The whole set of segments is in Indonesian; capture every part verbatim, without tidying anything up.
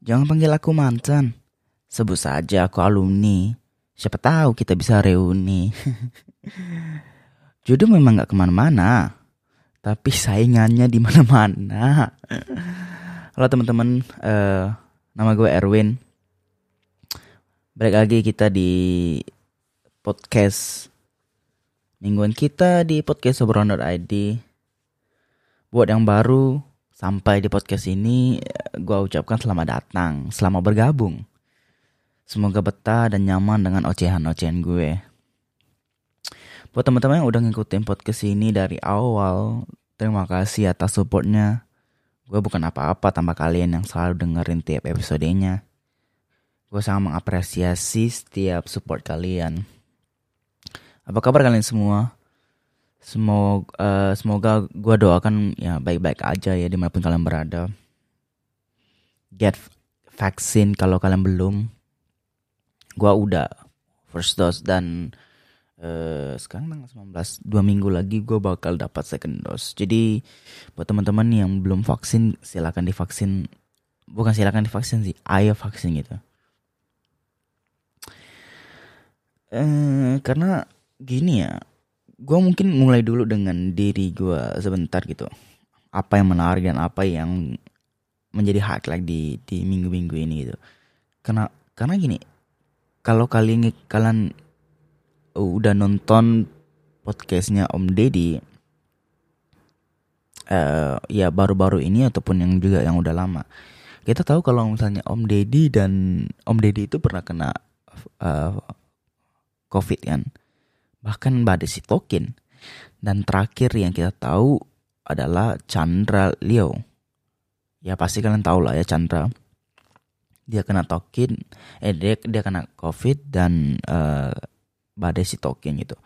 Jangan panggil aku mantan. Sebut saja aku alumni. Siapa tahu kita bisa reuni. Jodoh memang gak kemana-mana, tapi saingannya di mana-mana. Halo teman-teman, uh, nama gue Erwin. Balik lagi kita di podcast mingguan kita di podcast obrolan dot i d. Buat yang baru sampai di podcast ini, gue ucapkan selamat datang, selamat bergabung. Semoga betah dan nyaman dengan ocehan-ocehan gue. Buat teman-teman yang udah ngikutin podcast ini dari awal, terima kasih atas supportnya. Gue bukan apa-apa tanpa kalian yang selalu dengerin tiap episodenya. Gue sangat mengapresiasi setiap support kalian. Apa kabar kalian semua? Semoga, uh, semoga gue doakan ya baik-baik aja ya dimanapun kalian berada. Get vaksin kalau kalian belum. Gue udah first dose dan uh, sekarang tanggal sembilan belas, dua minggu lagi gue bakal dapat second dose. Jadi buat teman-teman yang belum vaksin, silakan divaksin. Bukan silakan divaksin sih, ayo vaksin gitu. Uh, karena gini ya, gue mungkin mulai dulu dengan diri gue sebentar gitu. Apa yang menarik dan apa yang menjadi highlight di di minggu-minggu ini gitu. Karena karena gini, kalau kalian kalian udah nonton podcastnya Om Deddy, uh, ya baru-baru ini ataupun yang juga yang udah lama, kita tahu kalau misalnya Om Deddy dan Om Deddy itu pernah kena uh, COVID kan. Bahkan badai sitokin. Dan terakhir yang kita tahu adalah Chandra Leo. Ya pasti kalian tahu lah ya Chandra. Dia kena tokin, eh dia dia kena COVID dan uh, badai sitokin gitu.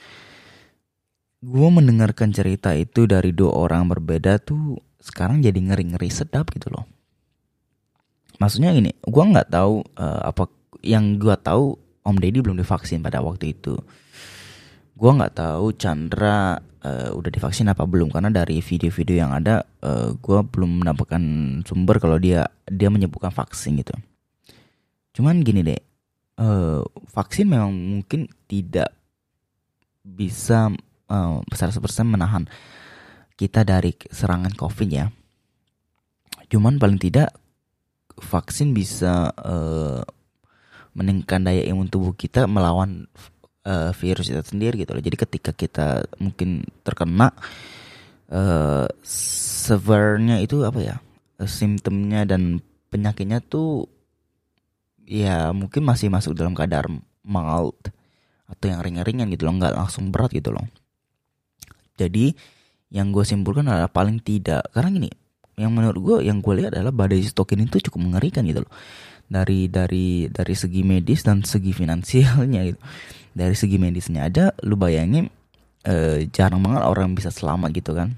Gue mendengarkan cerita itu dari dua orang berbeda tuh sekarang jadi ngeri-ngeri sedap gitu loh. Maksudnya gini, gue nggak tahu uh, apa yang gue tahu Om Deddy belum divaksin pada waktu itu. Gue nggak tahu Chandra uh, udah divaksin apa belum, karena dari video-video yang ada uh, gue belum mendapatkan sumber kalau dia dia menyebutkan vaksin gitu. Cuman gini deh, uh, vaksin memang mungkin tidak bisa uh, seratus persen menahan kita dari serangan COVID ya. Cuman paling tidak vaksin bisa uh, meningkatkan daya imun tubuh kita melawan uh, virus itu sendiri gitu loh. Jadi ketika kita mungkin terkena uh, severnya itu apa ya, uh, simptomnya dan penyakitnya tuh ya mungkin masih masuk dalam keadaan mild atau yang ringan-ringan gitu loh, nggak langsung berat gitu loh. Jadi yang gue simpulkan adalah paling tidak, karena gini, yang menurut gue yang gue lihat adalah badai sitokin itu cukup mengerikan gitu loh. Dari dari dari segi medis dan segi finansialnya gitu. Dari segi medisnya aja lu bayangin eh, jarang banget orang bisa selamat gitu kan.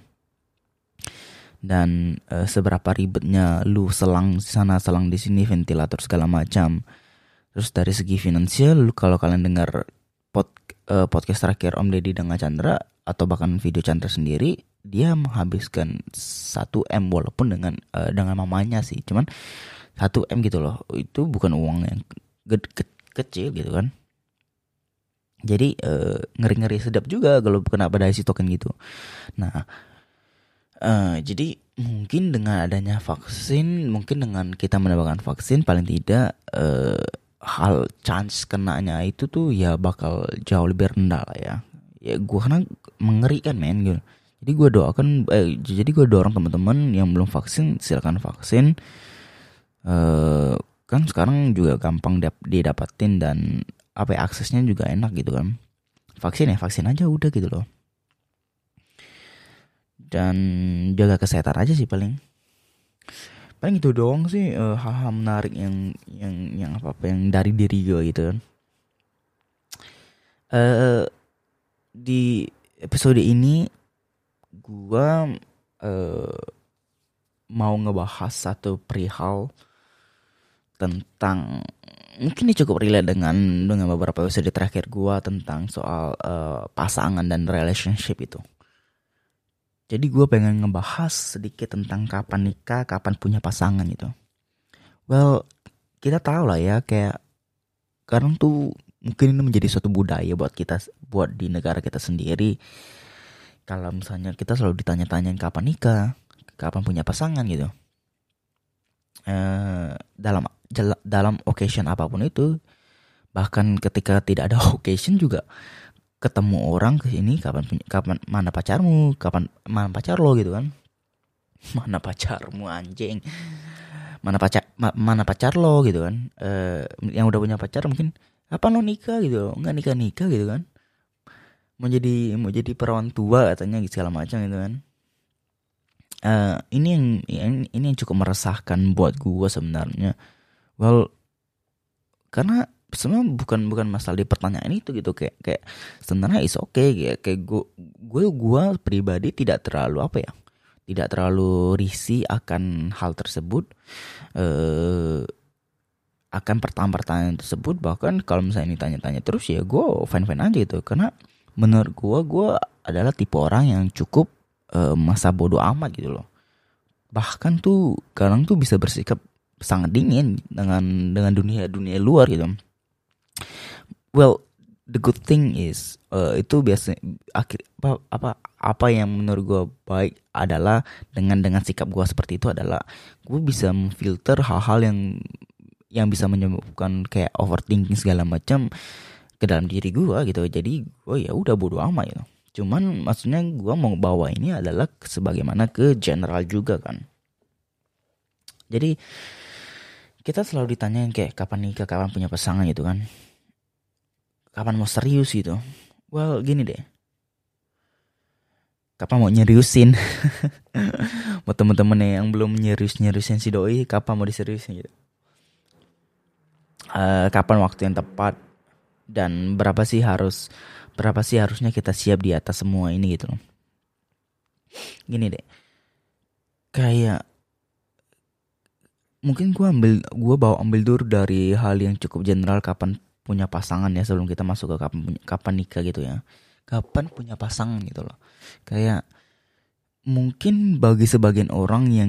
Dan eh, seberapa ribetnya lu selang sana selang di sini, ventilator segala macam. Terus dari segi finansial, lu kalau kalian dengar pod, eh, podcast terakhir Om Deddy dengan Chandra atau bahkan video Chandra sendiri, dia menghabiskan satu M walaupun dengan eh, dengan mamanya sih. Cuman satu M gitu loh, itu bukan uang yang ke- ke- kecil gitu kan. Jadi uh, ngeri-ngeri sedap juga kalau kena badai sitokin gitu. Nah, uh, jadi mungkin dengan adanya vaksin, mungkin dengan kita mendapatkan vaksin, paling tidak uh, hal chance kenanya itu tuh ya bakal jauh lebih rendah lah ya. Ya gue karena mengerikan men gitu. Jadi gue doakan, eh, jadi gue dorong teman-teman yang belum vaksin, silakan vaksin. Uh, kan sekarang juga gampang dap- didapatin dan apa ya, aksesnya juga enak gitu kan. Vaksin ya vaksin aja udah gitu loh. Dan jaga kesehatan aja sih paling. Paling itu doang sih uh, hal-hal menarik yang yang yang apa apa yang dari diri gue gitu kan. Uh, di episode ini gue uh, mau ngebahas satu perihal tentang, mungkin ini cukup relate dengan dengan beberapa episode terakhir gue tentang soal uh, pasangan dan relationship itu. Jadi gue pengen ngebahas sedikit tentang kapan nikah, kapan punya pasangan gitu. Well, kita tahu lah ya, kayak sekarang tuh mungkin ini menjadi suatu budaya buat kita, buat di negara kita sendiri. Kalau misalnya kita selalu ditanya-tanyain kapan nikah, kapan punya pasangan gitu. Eh, dalam dalam occasion apapun itu, bahkan ketika tidak ada occasion juga ketemu orang ke sini, kapan punya, kapan mana pacarmu, kapan mana pacar lo gitu kan. Mana pacarmu anjing. Mana pacar ma- mana pacar lo gitu kan. Eh, yang udah punya pacar mungkin kapan lo nikah gitu. Enggak nikah-nikah gitu kan. Mau jadi mau jadi perawan tua katanya gitu, segala macam gitu kan. Eh, ini yang ini, ini yang cukup meresahkan buat gua sebenarnya. Well, karena semua bukan bukan masalah di pertanyaan itu gitu, kayak kayak sebenarnya is oke okay, kayak kayak gua gue gua pribadi tidak terlalu apa ya, tidak terlalu risih akan hal tersebut, eh akan pertanyaan-pertanyaan tersebut. Bahkan kalau misalnya ini tanya-tanya terus ya gue fine-fine aja gitu, karena menurut gue gue adalah tipe orang yang cukup eh, masa bodoh amat gitu loh. Bahkan tuh kadang tuh bisa bersikap sangat dingin dengan dengan dunia dunia luar gitu. Well, the good thing is uh, itu biasanya akhir apa apa apa yang menurut gue baik adalah dengan dengan sikap gue seperti itu adalah gue bisa memfilter hal-hal yang yang bisa menyebabkan kayak overthinking segala macam ke dalam diri gue gitu. Jadi gue ya udah bodo amat gitu. Cuman maksudnya gue mau bawa ini adalah sebagaimana ke general juga kan. Jadi kita selalu ditanyain kayak kapan nikah, kapan punya pasangan gitu kan. Kapan mau serius gitu. Well, gini deh. Kapan mau nyeriusin? Buat temen-temen yang belum nyerius-nyeriusin si doi, kapan mau diseriusin gitu. Uh, kapan waktu yang tepat dan berapa sih harus berapa sih harusnya kita siap di atas semua ini gitu loh. Gini deh. Kayak mungkin gue ambil gue bawa ambil dulu dari hal yang cukup general, kapan punya pasangan ya, sebelum kita masuk ke kapan punya, kapan nikah gitu ya. Kapan punya pasangan gitu loh. Kayak mungkin bagi sebagian orang yang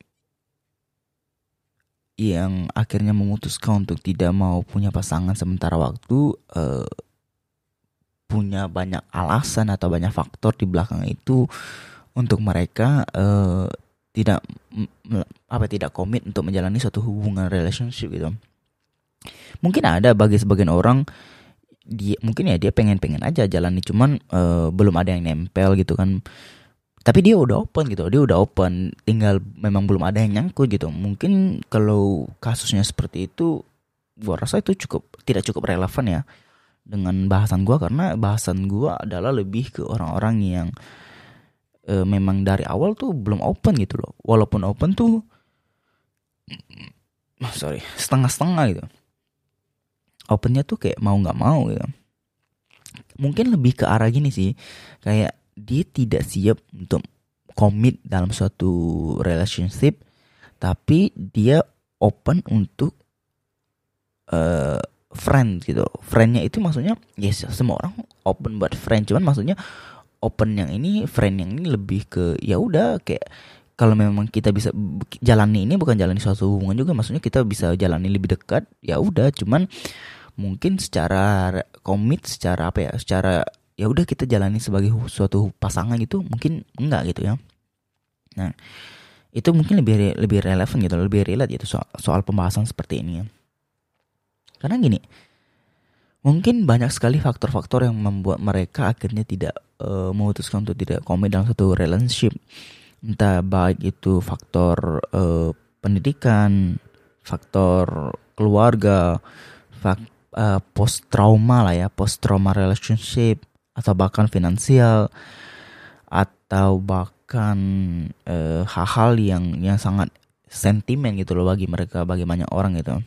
yang akhirnya memutuskan untuk tidak mau punya pasangan sementara waktu, eh, punya banyak alasan atau banyak faktor di belakang itu untuk mereka eh, tidak apa tidak komit untuk menjalani suatu hubungan relationship gitu. Mungkin ada bagi sebagian orang dia mungkin ya dia pengen-pengen aja jalani, cuman uh, belum ada yang nempel gitu kan. Tapi dia udah open gitu, dia udah open, tinggal memang belum ada yang nyangkut gitu. Mungkin kalau kasusnya seperti itu, gua rasa itu cukup tidak cukup relevan ya dengan bahasan gua, karena bahasan gua adalah lebih ke orang-orang yang uh, memang dari awal tuh belum open gitu loh. Walaupun open tuh sorry setengah-setengah gitu. Opennya tuh kayak mau nggak mau gitu. Mungkin lebih ke arah gini sih, kayak dia tidak siap untuk komit dalam suatu relationship, tapi dia open untuk uh, friend gitu. Friendnya itu maksudnya yes, semua orang open buat friend, cuman maksudnya open yang ini, friend yang ini lebih ke ya udah kayak kalau memang kita bisa jalani ini, bukan jalani suatu hubungan juga, maksudnya kita bisa jalani lebih dekat ya udah, cuman mungkin secara komit, secara apa ya, secara ya udah kita jalani sebagai suatu pasangan gitu mungkin enggak gitu ya. Nah itu mungkin lebih lebih relevan gitu, lebih relate gitu soal, soal pembahasan seperti ini ya. Karena gini, mungkin banyak sekali faktor-faktor yang membuat mereka akhirnya tidak uh, memutuskan untuk tidak komit dalam satu relationship. Entah baik itu faktor uh, pendidikan, faktor keluarga, faktor Uh, post trauma lah ya, post trauma relationship, atau bahkan finansial, atau bahkan uh, hal-hal yang yang sangat sentimen gitu loh bagi mereka, bagi banyak orang gitu.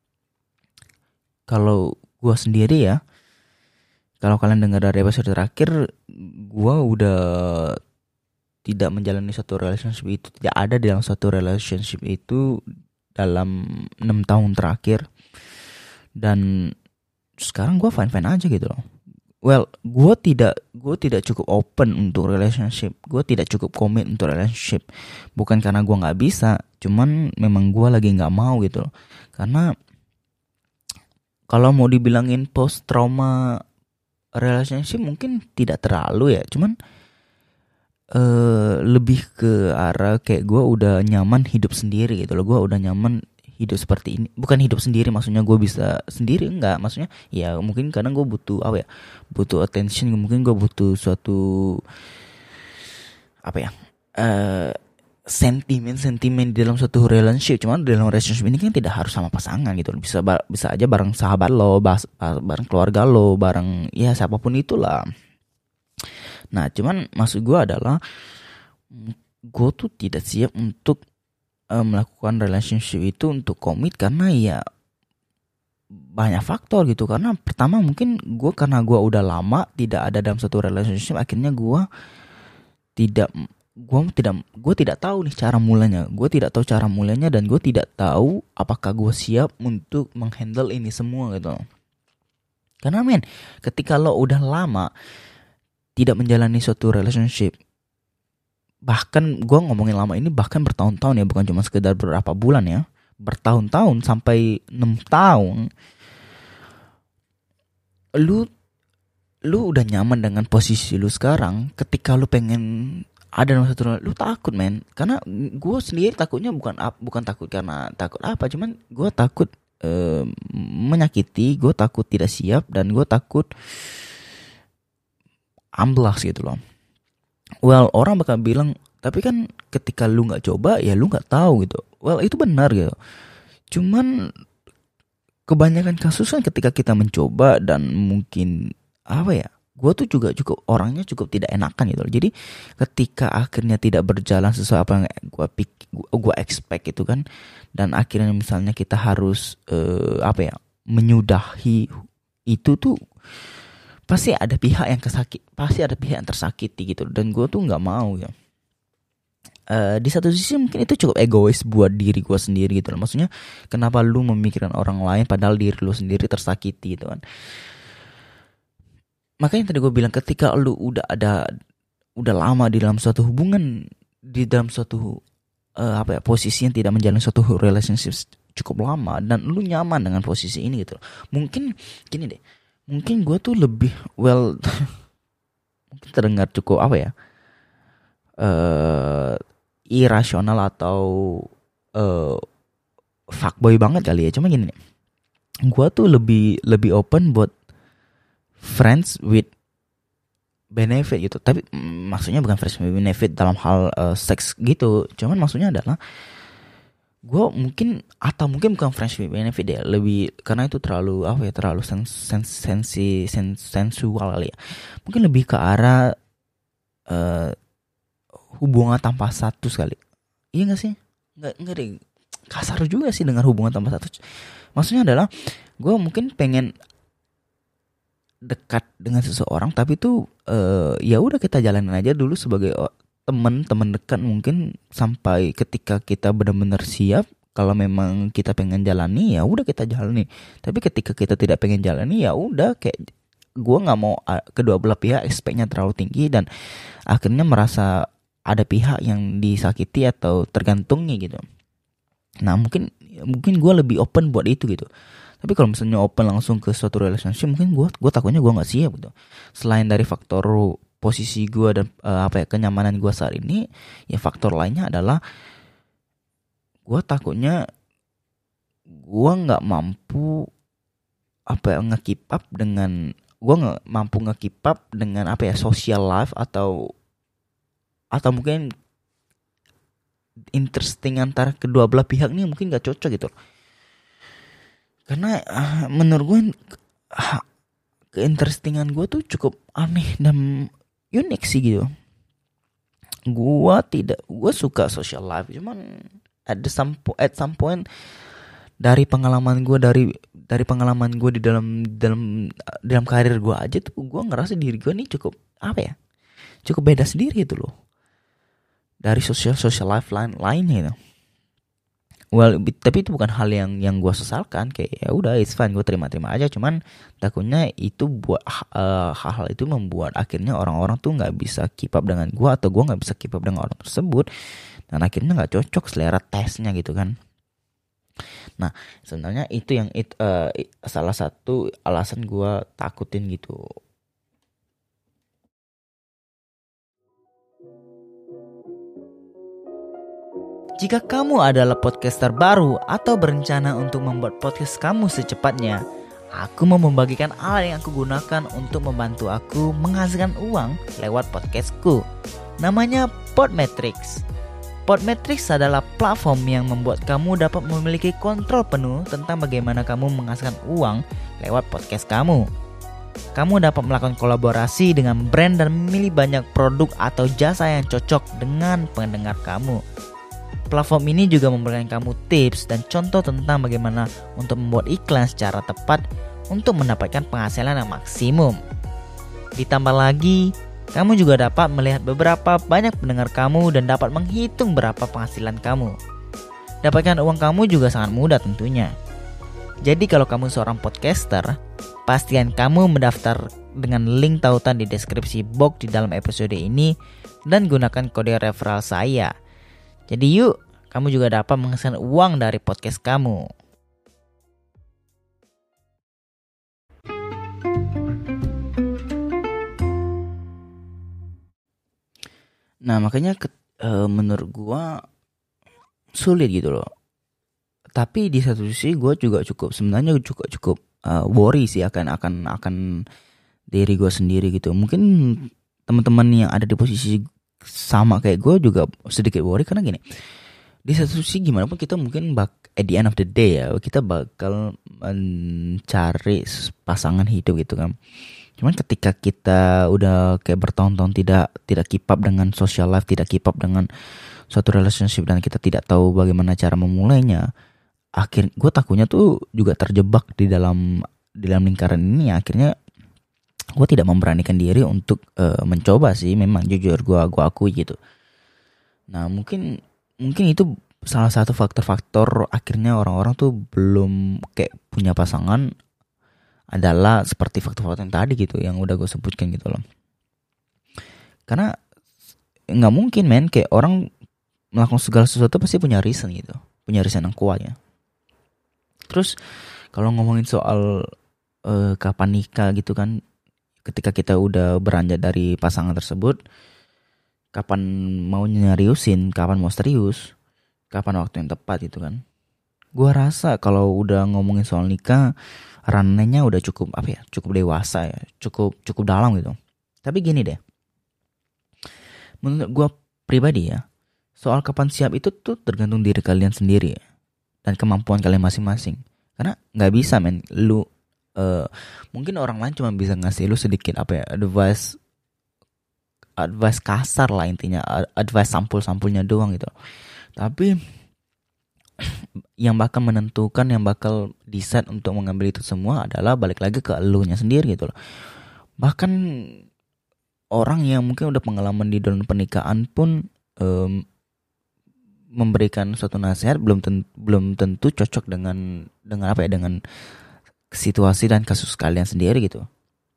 Kalau gue sendiri ya, kalau kalian dengar dari episode terakhir, gue udah tidak menjalani suatu relationship itu, tidak ada dalam suatu relationship itu dalam enam tahun terakhir, dan sekarang gue fine-fine aja gitu loh. well, gue tidak gue tidak cukup open untuk relationship, gue tidak cukup komit untuk relationship, bukan karena gue nggak bisa, cuman memang gue lagi nggak mau gitu loh. Karena kalau mau dibilangin post trauma relationship mungkin tidak terlalu ya, cuman uh, lebih ke arah kayak gue udah nyaman hidup sendiri gitu loh, gue udah nyaman hidup seperti ini. Bukan hidup sendiri maksudnya gue bisa sendiri, enggak, maksudnya ya mungkin kadang gue butuh apa ya, butuh attention, mungkin gue butuh suatu apa ya, uh, sentimen sentimen di dalam suatu relationship. Cuman di dalam relationship ini kan tidak harus sama pasangan gitu, bisa bisa aja bareng sahabat lo, bareng keluarga lo, bareng ya siapapun itulah. Nah cuman maksud gue adalah gue tuh tidak siap untuk melakukan relationship itu untuk komit, karena ya banyak faktor gitu. Karena pertama mungkin gue karena gue udah lama tidak ada dalam satu relationship, akhirnya gue tidak gue tidak gue tidak tahu nih cara mulanya, gue tidak tahu cara mulanya dan gue tidak tahu apakah gue siap untuk menghandle ini semua gitu. Karena men, ketika lo udah lama tidak menjalani suatu relationship, bahkan gue ngomongin lama ini bahkan bertahun-tahun ya, bukan cuma sekedar beberapa bulan ya, bertahun-tahun sampai enam tahun, lu lu udah nyaman dengan posisi lu sekarang. Ketika lu pengen ada dalam satu, lu takut men. Karena gue sendiri takutnya bukan bukan takut karena takut apa, cuman gue takut eh, menyakiti, gue takut tidak siap, dan gue takut amblas gitu loh. Well, orang bakal bilang, tapi kan ketika lu nggak coba ya lu nggak tahu gitu. Well, itu benar gitu. Cuman kebanyakan kasus kan ketika kita mencoba dan mungkin apa ya, gue tuh juga cukup orangnya cukup tidak enakan gitu loh. Jadi ketika akhirnya tidak berjalan sesuai apa yang gue pikir, gue expect itu kan, dan akhirnya misalnya kita harus uh, apa ya, menyudahi itu tuh, pasti ada pihak yang kesakit, pasti ada pihak yang tersakiti gitu. Dan gue tuh nggak mau ya. Uh, di satu sisi mungkin itu cukup egois buat diri gue sendiri gitu loh. Maksudnya kenapa lu memikirkan orang lain padahal diri lu sendiri tersakiti gitu kan. Makanya tadi gue bilang, ketika lu udah ada, udah lama di dalam suatu hubungan, di dalam suatu uh, apa ya, posisi yang tidak menjalin suatu relationship cukup lama, dan lu nyaman dengan posisi ini gitu loh. Mungkin gini deh, mungkin gue tuh lebih well mungkin terdengar cukup apa ya, uh, irasional atau uh, fuckboy banget kali ya. Cuma gini nih, gue tuh lebih lebih open buat friends with benefit gitu. Tapi mm, maksudnya bukan friends with benefit dalam hal uh, seks gitu. Cuman maksudnya adalah gue mungkin, atau mungkin bukan friends with benefit ya, lebih karena itu terlalu apa ya, terlalu sens, sens, sensi sens, sensual kali ya. Mungkin lebih ke arah uh, hubungan tanpa status kali. Iya nggak sih? Nggak nggak deh, kasar juga sih dengan hubungan tanpa status. Maksudnya adalah gue mungkin pengen dekat dengan seseorang, tapi tuh uh, ya udah kita jalanin aja dulu sebagai teman teman dekat mungkin, sampai ketika kita benar-benar siap. Kalau memang kita pengen jalani ya udah kita jalani, tapi ketika kita tidak pengen jalani ya udah, kayak gue nggak mau uh, kedua belah pihak expect-nya terlalu tinggi dan akhirnya merasa ada pihak yang disakiti atau tergantungi gitu. Nah mungkin mungkin gue lebih open buat itu gitu. Tapi kalau misalnya open langsung ke suatu relationship, mungkin gue gue takutnya gue nggak siap gitu. Selain dari faktor posisi gue dan uh, apa ya, kenyamanan gue saat ini, ya faktor lainnya adalah gue takutnya gue nggak mampu apa ya, nge-keep up dengan gue nggak mampu nge-keep up dengan apa ya, social life, atau atau mungkin interesting antara kedua belah pihak nih mungkin nggak cocok gitu. Karena uh, menurut gue uh, keinterestingan gue tuh cukup aneh dan unik sih gitu. Gue tidak, gue suka social life, cuman at the some at some point dari pengalaman gue dari dari pengalaman gue di dalam dalam dalam karir gue aja tuh, gue ngerasa diri gue nih cukup apa ya, cukup beda sendiri itu loh dari social social life lain lainnya gitu. well, tapi itu bukan hal yang yang gue sesalkan, kayak ya udah it's fine, gue terima-terima aja. Cuman takutnya itu buat uh, hal-hal itu membuat akhirnya orang-orang tuh nggak bisa keep up dengan gue, atau gue nggak bisa keep up dengan orang tersebut, dan akhirnya nggak cocok selera tesnya gitu kan. Nah sebenarnya itu yang it, uh, salah satu alasan gue takutin gitu. Jika kamu adalah podcaster baru atau berencana untuk membuat podcast kamu secepatnya, aku mau membagikan alat yang aku gunakan untuk membantu aku menghasilkan uang lewat podcastku. Namanya Podmetrics. Podmetrics adalah platform yang membuat kamu dapat memiliki kontrol penuh tentang bagaimana kamu menghasilkan uang lewat podcast kamu. Kamu dapat melakukan kolaborasi dengan brand dan memilih banyak produk atau jasa yang cocok dengan pendengar kamu. Platform ini juga memberikan kamu tips dan contoh tentang bagaimana untuk membuat iklan secara tepat untuk mendapatkan penghasilan yang maksimum. Ditambah lagi, kamu juga dapat melihat beberapa banyak pendengar kamu dan dapat menghitung berapa penghasilan kamu. Dapatkan uang kamu juga sangat mudah tentunya. Jadi kalau kamu seorang podcaster, pastikan kamu mendaftar dengan link tautan di deskripsi box di dalam episode ini dan gunakan kode referral saya. Jadi yuk, kamu juga dapat menghasilkan uang dari podcast kamu. Nah makanya ke, e, menurut gue sulit gitu loh. Tapi di satu sisi gue juga cukup sebenarnya juga cukup uh, worry sih akan akan akan diri gue sendiri gitu. Mungkin teman-teman yang ada di posisi sama kayak gue juga sedikit worry karena gini, di satu sisi gimana pun kita mungkin bak at the end of the day ya kita bakal mencari pasangan hidup gitu kan. Cuman ketika kita udah kayak bertahun-tahun tidak tidak keep up dengan social life, tidak keep up dengan suatu relationship dan kita tidak tahu bagaimana cara memulainya, akhir gue takutnya tuh juga terjebak di dalam di dalam lingkaran ini. Akhirnya gue tidak memberanikan diri untuk uh, mencoba sih, memang jujur gue gue akui gitu. Nah mungkin mungkin itu salah satu faktor-faktor akhirnya orang-orang tuh belum kayak punya pasangan, adalah seperti faktor-faktor yang tadi gitu yang udah gue sebutkan gitu loh. Karena nggak mungkin men, kayak orang melakukan segala sesuatu pasti punya reason gitu, punya reason yang kuat ya. Terus kalau ngomongin soal uh, kapan nikah gitu kan, ketika kita udah beranjak dari pasangan tersebut, kapan mau nyeriusin, kapan mau serius, kapan waktu yang tepat gitu kan. Gua rasa kalau udah ngomongin soal nikah, ranahnya udah cukup apa ya, cukup dewasa ya, cukup cukup dalam gitu. Tapi gini deh, menurut gua pribadi ya, soal kapan siap itu tuh tergantung diri kalian sendiri ya, dan kemampuan kalian masing-masing. Karena nggak bisa men, lu Uh, mungkin orang lain cuma bisa ngasih lu sedikit apa ya, advice advice kasar lah intinya, advice sampul-sampulnya doang gitu. Tapi yang bakal menentukan, yang bakal decide untuk mengambil itu semua adalah balik lagi ke elunya sendiri gitu loh. Bahkan orang yang mungkin udah pengalaman di dalam pernikahan pun um, memberikan suatu nasihat belum tentu, belum tentu cocok dengan dengan apa ya, dengan situasi dan kasus kalian sendiri gitu.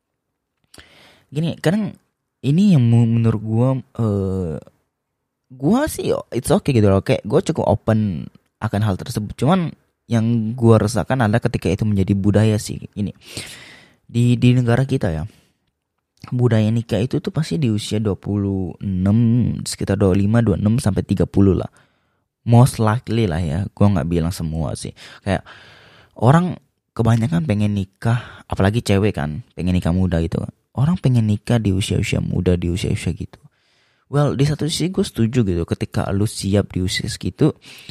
Gini, kadang ini yang menurut gue, uh, gue sih it's okay gitu loh, kayak gue cukup open akan hal tersebut. Cuman yang gue rasakan adalah ketika itu menjadi budaya sih. Ini di di negara kita ya, budaya nikah itu tuh pasti di usia dua puluh enam, sekitar dua puluh lima, dua puluh enam sampai tiga puluh lah. Most likely lah ya, gue nggak bilang semua sih. Kayak orang kebanyakan pengen nikah, apalagi cewek kan, pengen nikah muda gitu. Orang pengen nikah di usia-usia muda, di usia-usia gitu. Well, di satu sisi gue setuju gitu, ketika lu siap di usia segitu,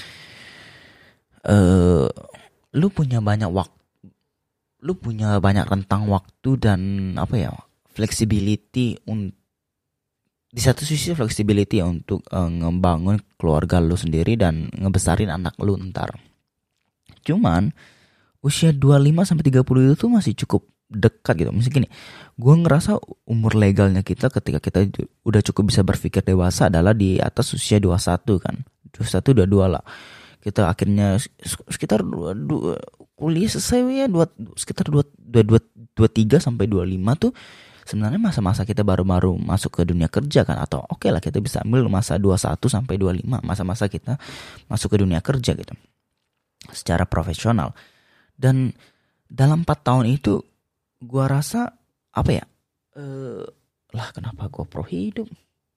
uh, lu punya banyak waktu, lu punya banyak rentang waktu dan apa ya, flexibility untuk, di satu sisi flexibility ya untuk uh, ngebangun keluarga lu sendiri dan ngebesarin anak lu ntar. Cuman usia dua puluh lima sampai tiga puluh itu tuh masih cukup dekat gitu. Misalnya gini, gue ngerasa umur legalnya kita ketika kita udah cukup bisa berpikir dewasa adalah di atas usia dua puluh satu kan. dua puluh satu, dua puluh dua lah. kita akhirnya sekitar dua, dua kuliah selesai ya dua sekitar dua dua dua dua tiga sampai dua lima tuh sebenarnya masa-masa kita baru-baru masuk ke dunia kerja kan, atau oke okay lah kita bisa ambil masa dua puluh satu sampai dua puluh lima, masa-masa kita masuk ke dunia kerja gitu secara profesional. Dan dalam empat tahun itu gua rasa apa ya? Eh, lah kenapa gua pro hidup?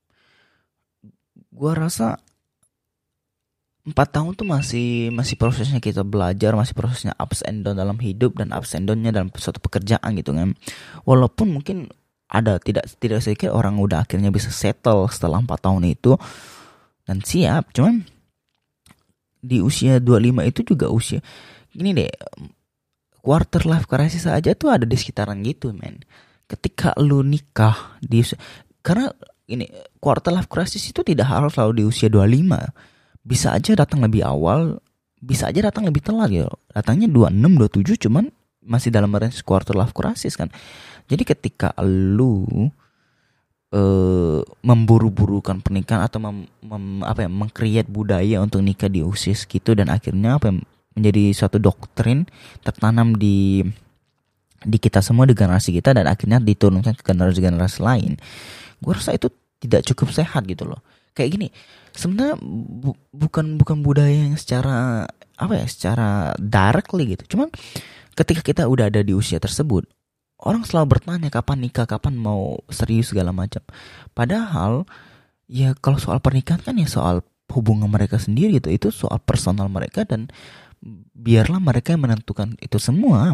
Gua rasa empat tahun tuh masih masih prosesnya kita belajar, masih prosesnya ups and down dalam hidup dan ups and down-nya dalam suatu pekerjaan gitu kan. Walaupun mungkin ada tidak tidak sedikit orang udah akhirnya bisa settle setelah empat tahun itu dan siap. Cuman di usia dua puluh lima itu juga usia gini deh, quarter life crisis aja tuh ada di sekitaran gitu men. Ketika lu nikah di usia, karena ini quarter life crisis itu tidak harus selalu di usia dua puluh lima. Bisa aja datang lebih awal, bisa aja datang lebih telat ya. Datangnya dua puluh enam, dua puluh tujuh cuman masih dalam range quarter life crisis kan. Jadi ketika lu uh, memburu-burukan pernikahan atau mem, mem, apa ya, meng-create budaya untuk nikah di usia segitu dan akhirnya apa ya, menjadi suatu doktrin tertanam di di kita semua, di generasi kita, dan akhirnya diturunkan ke generasi-generasi lain. Gue rasa itu tidak cukup sehat gitu loh. Kayak gini, sebenarnya bu, bukan bukan budaya yang secara apa ya, secara directly gitu. Cuman ketika kita udah ada di usia tersebut, orang selalu bertanya kapan nikah, kapan mau serius segala macam. Padahal ya kalau soal pernikahan kan ya soal hubungan mereka sendiri gitu. Itu soal personal mereka dan biarlah mereka yang menentukan itu semua.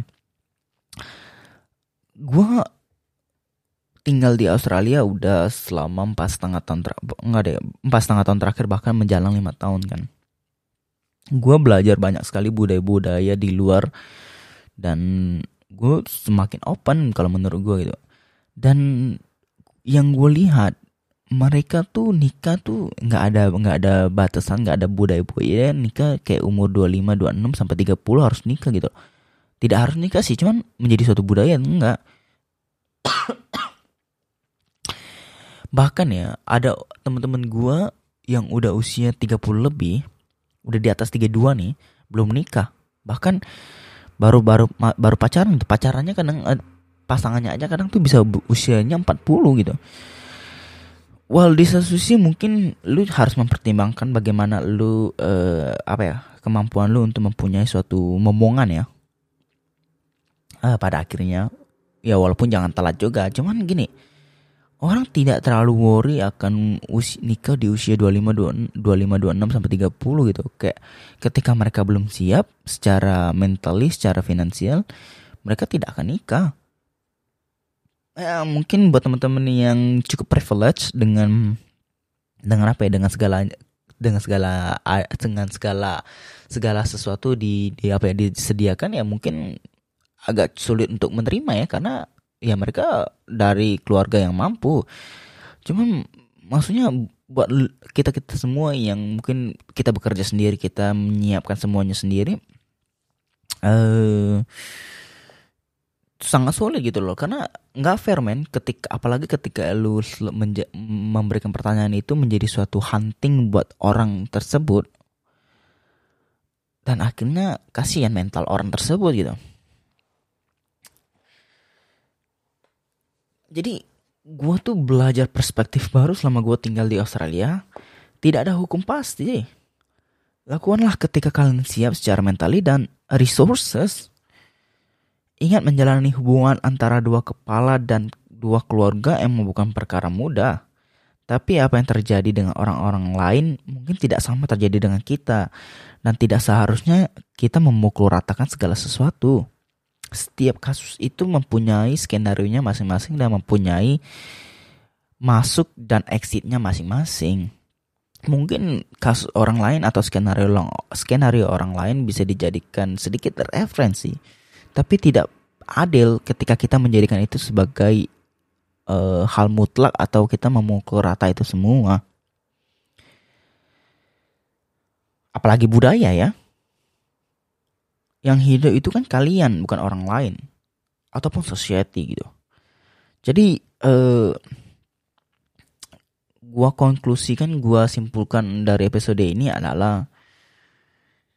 Gua tinggal di Australia udah selama empat setengah tahun ter- enggak deh empat setengah tahun terakhir, bahkan menjelang lima tahun kan. Gue belajar banyak sekali budaya-budaya di luar dan gue semakin open kalau menurut gue gitu. Dan yang gue lihat mereka tuh nikah tuh nggak ada nggak ada batasan, nggak ada budaya-budaya nikah kayak umur dua puluh lima, dua puluh enam sampai tiga puluh harus nikah gitu. Tidak harus nikah sih, cuman menjadi suatu budaya enggak. Bahkan ya ada teman-teman gue yang udah usia tiga puluh lebih, udah di atas tiga puluh dua nih, belum nikah. Bahkan baru-baru baru pacaran, pacarannya kadang pasangannya aja kadang tuh bisa usianya empat puluh gitu. Well, di satu sisi mungkin lu harus mempertimbangkan bagaimana lu uh, apa ya, kemampuan lu untuk mempunyai suatu momongan ya. Uh, pada akhirnya ya walaupun jangan telat juga, cuman gini, orang tidak terlalu worry akan usia, nikah di usia dua puluh lima, dua puluh lima, dua puluh enam sampai tiga puluh gitu. Kayak ketika mereka belum siap secara mentally, secara finansial, mereka tidak akan nikah. Ya, mungkin buat teman-teman yang cukup privilege dengan dengan apa ya, dengan segala dengan segala dengan segala segala sesuatu di, di apa ya disediakan, ya mungkin agak sulit untuk menerima ya, karena ya mereka dari keluarga yang mampu. Cuman maksudnya buat kita kita semua yang mungkin kita bekerja sendiri, kita menyiapkan semuanya sendiri, eh sangat sulit gitu loh, karena nggak fair men, ketika apalagi ketika lu menja- memberikan pertanyaan itu menjadi suatu hunting buat orang tersebut, dan akhirnya kasihan mental orang tersebut gitu. Jadi gue tuh belajar perspektif baru selama gue tinggal di Australia. Tidak ada hukum pasti. Lakukanlah ketika kalian siap secara mentally dan resources. Ingat, menjalani hubungan antara dua kepala dan dua keluarga emang bukan perkara mudah. Tapi apa yang terjadi dengan orang-orang lain mungkin tidak sama terjadi dengan kita. Dan tidak seharusnya kita memukul ratakan segala sesuatu. Setiap kasus itu mempunyai skenario-nya masing-masing dan mempunyai masuk dan exit-nya masing-masing. Mungkin kasus orang lain atau skenario skenario orang lain bisa dijadikan sedikit referensi, tapi tidak adil ketika kita menjadikan itu sebagai uh, hal mutlak atau kita memukul rata itu semua. Apalagi budaya ya. Yang hidup itu kan kalian, bukan orang lain ataupun society gitu. Jadi uh, gua konklusikan, gua simpulkan dari episode ini adalah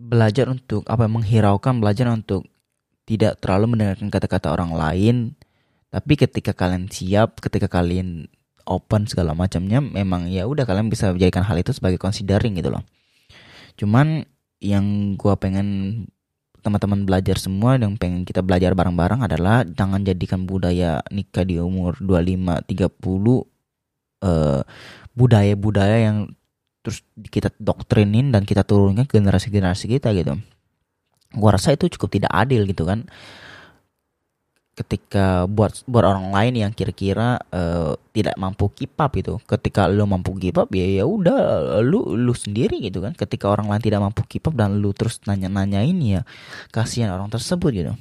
belajar untuk apa menghiraukan, belajar untuk tidak terlalu mendengarkan kata-kata orang lain. Tapi ketika kalian siap, ketika kalian open segala macamnya, memang ya udah kalian bisa menjadikan hal itu sebagai considering gitu loh. Cuman yang gua pengen teman-teman belajar semua, yang pengen kita belajar bareng-bareng adalah jangan jadikan budaya nikah di umur dua puluh lima tiga puluh eh, budaya-budaya yang terus kita doktrinin dan kita turunkan ke generasi-generasi kita gitu. Gua rasa itu cukup tidak adil gitu kan. Ketika buat buat orang lain yang kira-kira uh, tidak mampu keep up gitu, ketika lu mampu keep up ya ya udah lu lu sendiri gitu kan. Ketika orang lain tidak mampu keep up dan lu terus nanya-nanyain ya kasihan orang tersebut gitu.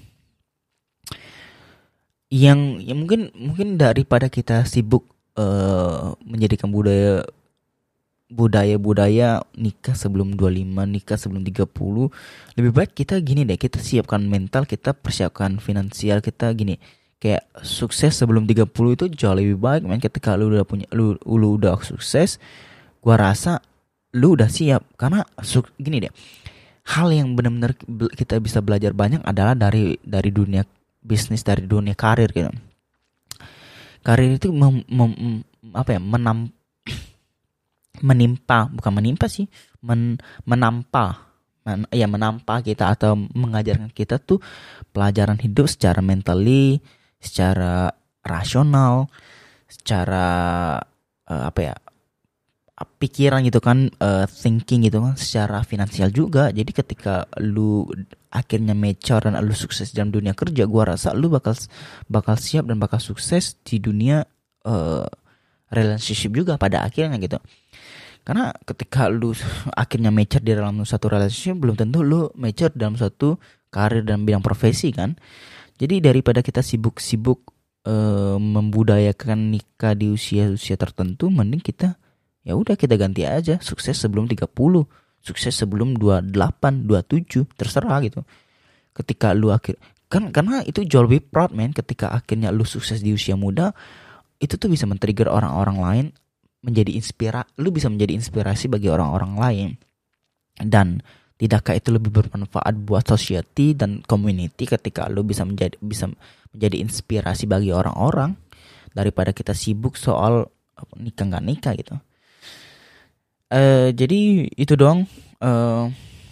Yang ya mungkin mungkin daripada kita sibuk uh, menjadikan budaya budaya-budaya nikah sebelum dua puluh lima, nikah sebelum tiga puluh, lebih baik kita gini deh, kita siapkan mental, kita persiapkan finansial kita gini. Kayak sukses sebelum tiga puluh itu jauh lebih baik, men. Ketika lu udah punya lu, lu udah sukses, gua rasa lu udah siap. Karena su- gini deh. Hal yang benar-benar kita bisa belajar banyak adalah dari dari dunia bisnis, dari dunia karir gitu. Karir itu mem, mem, apa ya? menam menimpa bukan menimpa sih men, menampa men, ya menampa kita atau mengajarkan kita tuh pelajaran hidup secara mentally, secara rasional, secara uh, apa ya pikiran gitu kan, uh, thinking gitu kan, secara finansial juga. Jadi ketika lu akhirnya mature dan lu sukses dalam dunia kerja, gua rasa lu bakal bakal siap dan bakal sukses di dunia uh, relationship juga pada akhirnya gitu. Karena ketika lu akhirnya mature di dalam satu relationship, belum tentu lu mature dalam satu karir dan bidang profesi kan. Jadi daripada kita sibuk-sibuk e, membudayakan nikah di usia-usia tertentu, mending kita ya udah kita ganti aja sukses sebelum tiga puluh, sukses sebelum dua puluh delapan, dua puluh tujuh, terserah gitu. Ketika lu akhir kan karena itu jauh lebih proud, man. Ketika akhirnya lu sukses di usia muda, itu tuh bisa men-trigger orang-orang lain menjadi inspira, lu bisa menjadi inspirasi bagi orang-orang lain. Dan tidakkah itu lebih bermanfaat buat society dan community ketika lu bisa menjadi bisa menjadi inspirasi bagi orang-orang daripada kita sibuk soal nikah nggak nikah gitu. Uh, jadi itu dong uh,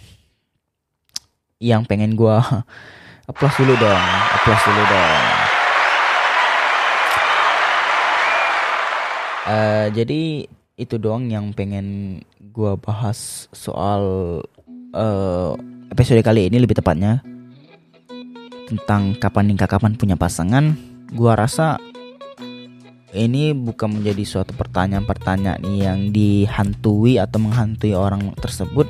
yang pengen gua applause dulu dong, applause dulu dong. Uh, jadi itu doang yang pengen gue bahas soal uh, episode kali ini, lebih tepatnya tentang kapan nikah, kapan punya pasangan. Gue rasa ini bukan menjadi suatu pertanyaan-pertanyaan yang dihantui atau menghantui orang tersebut.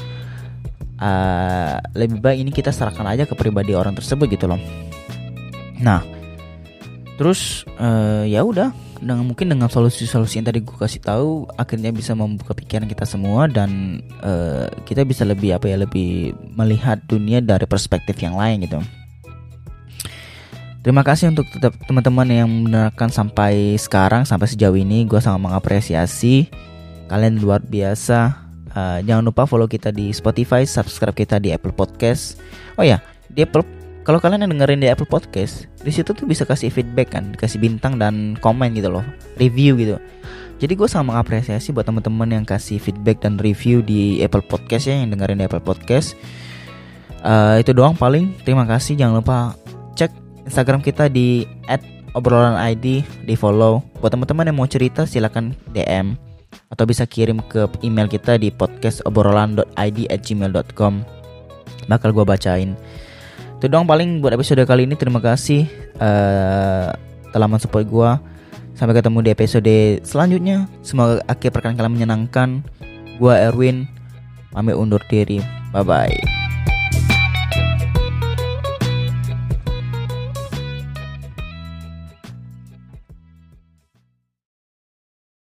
Uh, lebih baik ini kita serahkan aja ke pribadi orang tersebut gitu loh. Nah, terus uh, ya udah. Dengan mungkin dengan solusi-solusi yang tadi gue kasih tahu, akhirnya bisa membuka pikiran kita semua dan uh, kita bisa lebih apa ya lebih melihat dunia dari perspektif yang lain gitu. Terima kasih untuk tetap teman-teman yang mendengarkan sampai sekarang, sampai sejauh ini. Gue sangat mengapresiasi kalian, luar biasa. Uh, jangan lupa follow kita di Spotify, subscribe kita di Apple Podcast. Oh ya, di Apple, kalau kalian yang dengerin di Apple Podcast, di situ tuh bisa kasih feedback kan, kasih bintang dan komen gitu loh, review gitu. Jadi gue sangat mengapresiasi buat teman-teman yang kasih feedback dan review di Apple Podcast ya, yang dengerin di Apple Podcast. Uh, itu doang paling. Terima kasih. Jangan lupa cek Instagram kita di et obrolan i d, di follow. Buat teman-teman yang mau cerita silakan D M atau bisa kirim ke email kita di podcast obrolan dot i d at gmail dot com. Bakal gue bacain. Itu doang paling buat episode kali ini. Terima kasih uh, telah mensupport gue. Sampai ketemu di episode selanjutnya. Semoga akhir perkataan kalian menyenangkan. Gue Erwin, pamit undur diri. Bye bye.